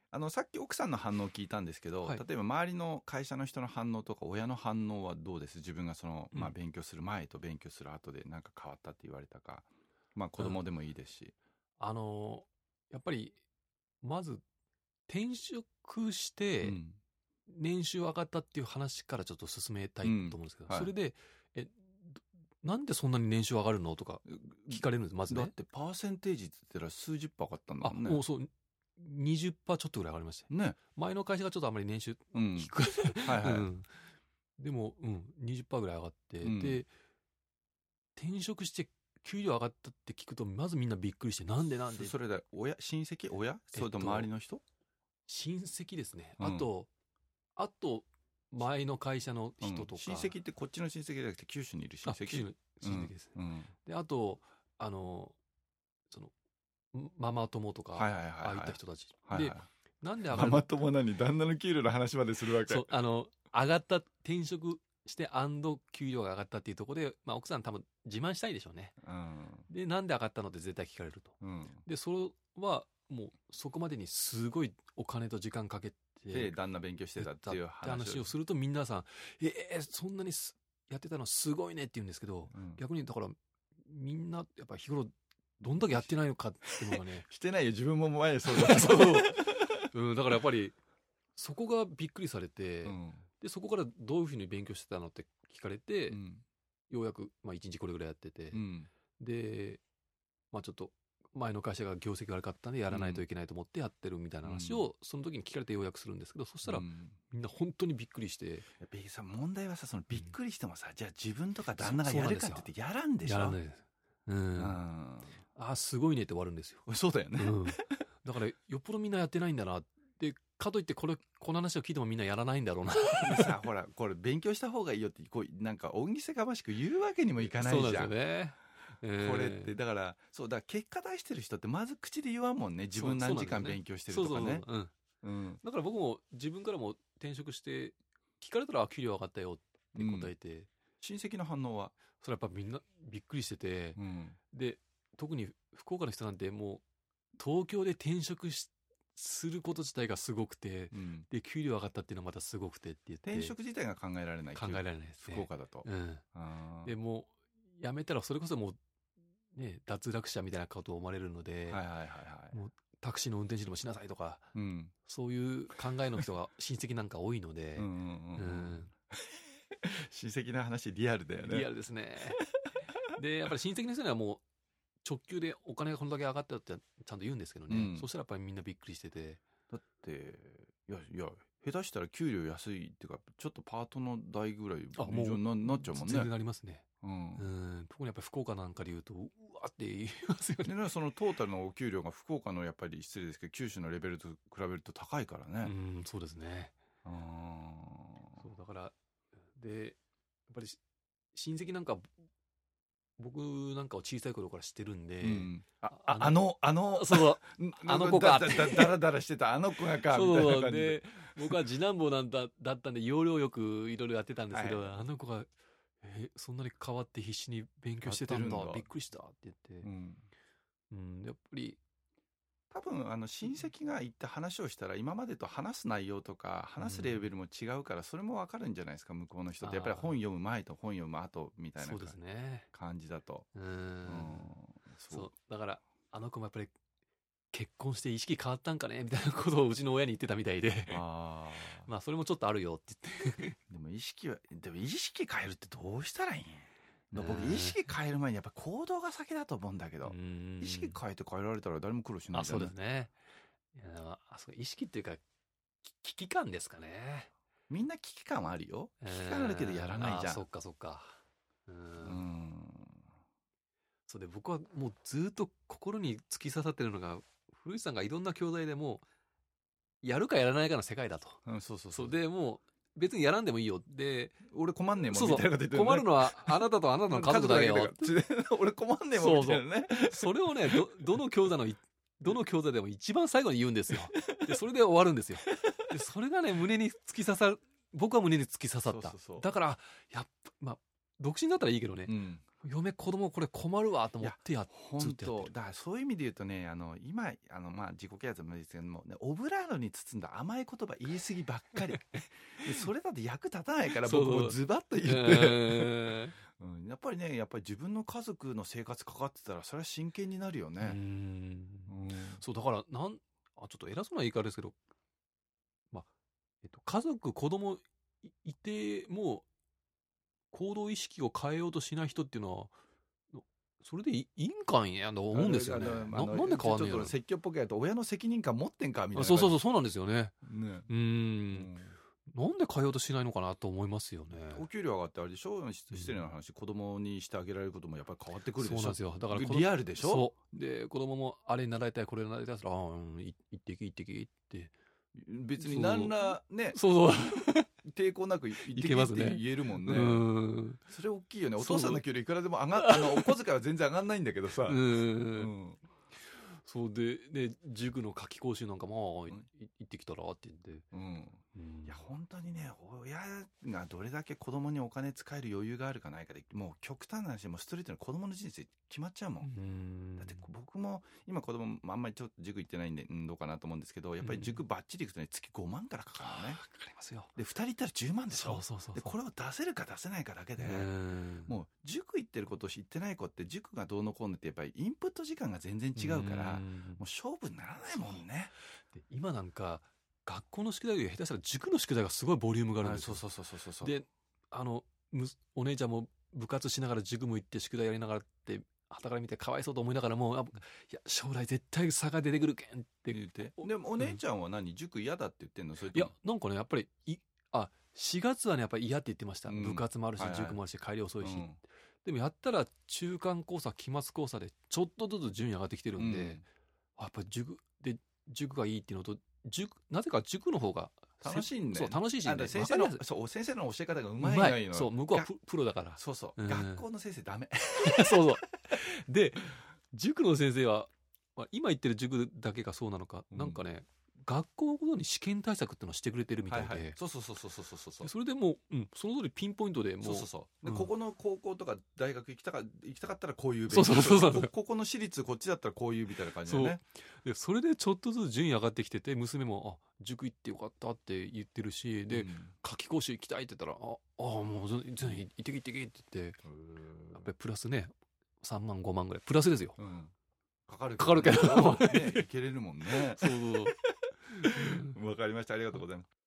さっき奥さんの反応を聞いたんですけど、 はい例えば周りの会社の人の反応とか親の反応はどうです？自分が勉強する前と勉強する後で何か変わったって言われたか、子供でもいいですし。 やっぱりまず転職して年収上がったっていう話からちょっと進めたいと思うんですけど、 はいそれでなんでそんなに年収上がるのとか聞かれるんですまずね。 だってパーセンテージって言ったら数十%上がったんだもんね。 もうそう 20% ちょっとぐらい上がりましたね。 前の会社がちょっとあまり年収うん。 低くはいはい。 でも、20% ぐらい上がって、 うんで転職して給料上がったって聞くとまずみんなびっくりしてなんでそれで親戚それと周りの人？ 親戚ですね、 うんあと前の会社の人とか、 親戚ってこっちの親戚じゃなくて九州にいる親戚？ 九州の親戚です、 うんであとそのママ友とか、 はいはいはいはいああいった人たち、 はいはいでなんで上がマるマ友何旦那の給料の話までするわけ？ そう上がった転職して給料が上がったっていうところで、奥さん多分自慢したいでしょうね。でなんで上がったのって絶対聞かれると。でそれはもうそこまでにすごいお金と時間かけてで旦那勉強してたっていう話をすると皆さんそんなにやってたのすごいねって言うんですけど、逆にだからみんなやっぱ日頃どんだけやってないのかっていうのがねしてないよ自分も前そうだそう、だからやっぱりそこがびっくりされて、でそこからどういうふうに勉強してたのって聞かれて、ようやく、1日これぐらいやってて、で、ちょっと前の会社が業績悪かったんでやらないといけないと思ってやってるみたいな話を、その時に聞かれてようやくするんですけど、そしたら、みんな本当にびっくりして。 さ問題はさそのびっくりしてもさ、じゃあ自分とか旦那がやるかって言ってやらんでしょ。 やらないです。すごいねって終わるんですよ。 そうだよね、 だからよっぽどみんなやってないんだなってかといってこの話を聞いてもみんなやらないんだろうなさほらこれ勉強した方がいいよってなんか恩着せがましく言うわけにもいかないじゃん。 そうなんですよね、 これってだから結果出してる人ってまず口で言わんもんね、自分何時間勉強してるとかね。 だから僕も自分からも転職して聞かれたら給料上がったよって答えて、 親戚の反応はそれやっぱみんなびっくりしてて、で特に福岡の人なんてもう東京で転職すること自体がすごくて、で給料上がったっていうのはまたすごくてって言って、 転職自体が考えられないですね福岡だと、 でもう辞めたらそれこそもうね脱落者みたいなことを思われるので、もうタクシーの運転手でもしなさいとか、そういう考えの人が親戚なんか多いので親戚の話リアルだよね。 リアルですねでやっぱり親戚の人にはもう直球でお金がこんだけ上がったってちゃんと言うんですけどね、そしたらやっぱりみんなびっくりしてて、 だっていや下手したら給料安いっていうかちょっとパートの代ぐらい以上になっちゃうもんね。 全然なりますね。特にやっぱり福岡なんかで言うとうわって言いますよね。 そのトータルのお給料が福岡のやっぱり失礼ですけど九州のレベルと比べると高いからね。 そうですね。そうだからでやっぱり親戚なんか僕なんかを小さい頃から知ってるんで、そうあの子かだらだらしてたあの子がかみたいな感じで、 僕は次男坊だったんで要領よくいろいろやってたんですけど、あの子がそんなに変わって必死に勉強してたんだびっくりしたって言って、やっぱり多分親戚が行って話をしたら今までと話す内容とか話すレベルも違うからそれも分かるんじゃないですか、向こうの人ってやっぱり本読む前と本読む後みたいな感じだと。 そうだからあの子もやっぱり結婚して意識変わったんかねみたいなことをうちの親に言ってたみたいでそれもちょっとあるよって言ってでも意識変えるってどうしたらいいん？僕意識変える前にやっぱ行動が先だと思うんだけど、意識変えて変えられたら誰も苦労しないじゃん。 そうですね。意識っていうか危機感ですかね。 みんな危機感はあるよ。危機感あるけどやらないじゃん。 そっかそうで僕はもうずっと心に突き刺さってるのが古市さんがいろんな教材でもやるかやらないかの世界だと。そうでもう別にやらんでもいいよで俺困んねえもんみたいなこと言ってるね。 困るのはあなたとあなたの家族だけよ俺困んねえもんみたいなね。 それをねどの教材でも一番最後に言うんですよ。でそれで終わるんですよ。でそれがね胸に突き刺さる。僕は胸に突き刺さった。だから独身だったらいいけどね、 嫁子供これ困るわと思って本当だからそういう意味で言うとね今自己啓発もですけども、ね、オブラートに包んだ甘い言葉言い過ぎばっかりでそれだと役立たないから僕もズバッと言って、やっぱりね自分の家族の生活かかってたらそれは真剣になるよね。 そうだからちょっと偉そうな言い方ですけど、家族子供いても行動意識を変えようとしない人っていうのはそれでいいんかんやと思うんですよね。なんで変わんねえの。 説教っぽくやると親の責任感持ってんかみたいな。 そうなんですよね。なんで変えようとしないのかなと思いますよね。 お給料上がってあれでしょ、失礼な話、子供にしてあげられることもやっぱり変わってくるでしょ。 そうなんですよ。だからリアルでしょ。 そうで子供もあれ習いたいこれ習いたいったら行ってきって別に何らね抵抗なく行ってきって言えるもんね。それ大きいよね。お父さんの給料いくらでもお小遣いは全然上がんないんだけどさ。 そうで塾の夏期講習なんかも行ってきたらって言って、 いや本当にね親がどれだけ子供にお金使える余裕があるかないかでもう極端な話もうストレートに子供の人生決まっちゃうもん。だって僕も今子供あんまりちょっと塾行ってないんでどうかなと思うんですけどやっぱり塾ばっちり行くとね月5万からかかるのね。 かかりますよ。 で2人いったら10万でしょ。 そうでこれを出せるか出せないかだけでもう塾行ってることを知ってない子って塾がどうのこうのってやっぱりインプット時間が全然違うからもう勝負にならないもんね。 で今なんか学校の宿題より下手したら塾の宿題がすごいボリュームがあるんですよ。 そうでお姉ちゃんも部活しながら塾も行って宿題やりながらって傍から見てかわいそうと思いながらもいや将来絶対差が出てくるけんって言って。 でもお姉ちゃんは塾嫌だって言ってんの？それともいやなんかねやっぱり4月はねやっぱり嫌って言ってました。部活もあるし塾もあるし帰り遅いし、でもやったら中間考査期末考査でちょっとずつ順位上がってきてるんで、やっぱり塾がいいっていうのとなぜか塾の方が楽しいんだよ。 そう楽しいし、ね、 先生の教え方がうまいの。 そう向こうはプロだから。 学校の先生ダメで塾の先生は今言ってる塾だけがそうなのか、なんかね学校ごとに試験対策っていうのをしてくれてるみたいで、それでもう、その通りピンポイントでもうここの高校とか大学行きたかったらこういう勉強、 ここの私立こっちだったらこういうみたいな感じだね。 でそれでちょっとずつ順位上がってきてて、娘も塾行ってよかったって言ってるし、で夏期講習行きたいって言ったらもう全然行ってきって言ってやっぱりプラスね3万5万ぐらいプラスですよ。 かかるけどいけれるもんね。 そうわかりました。ありがとうございます。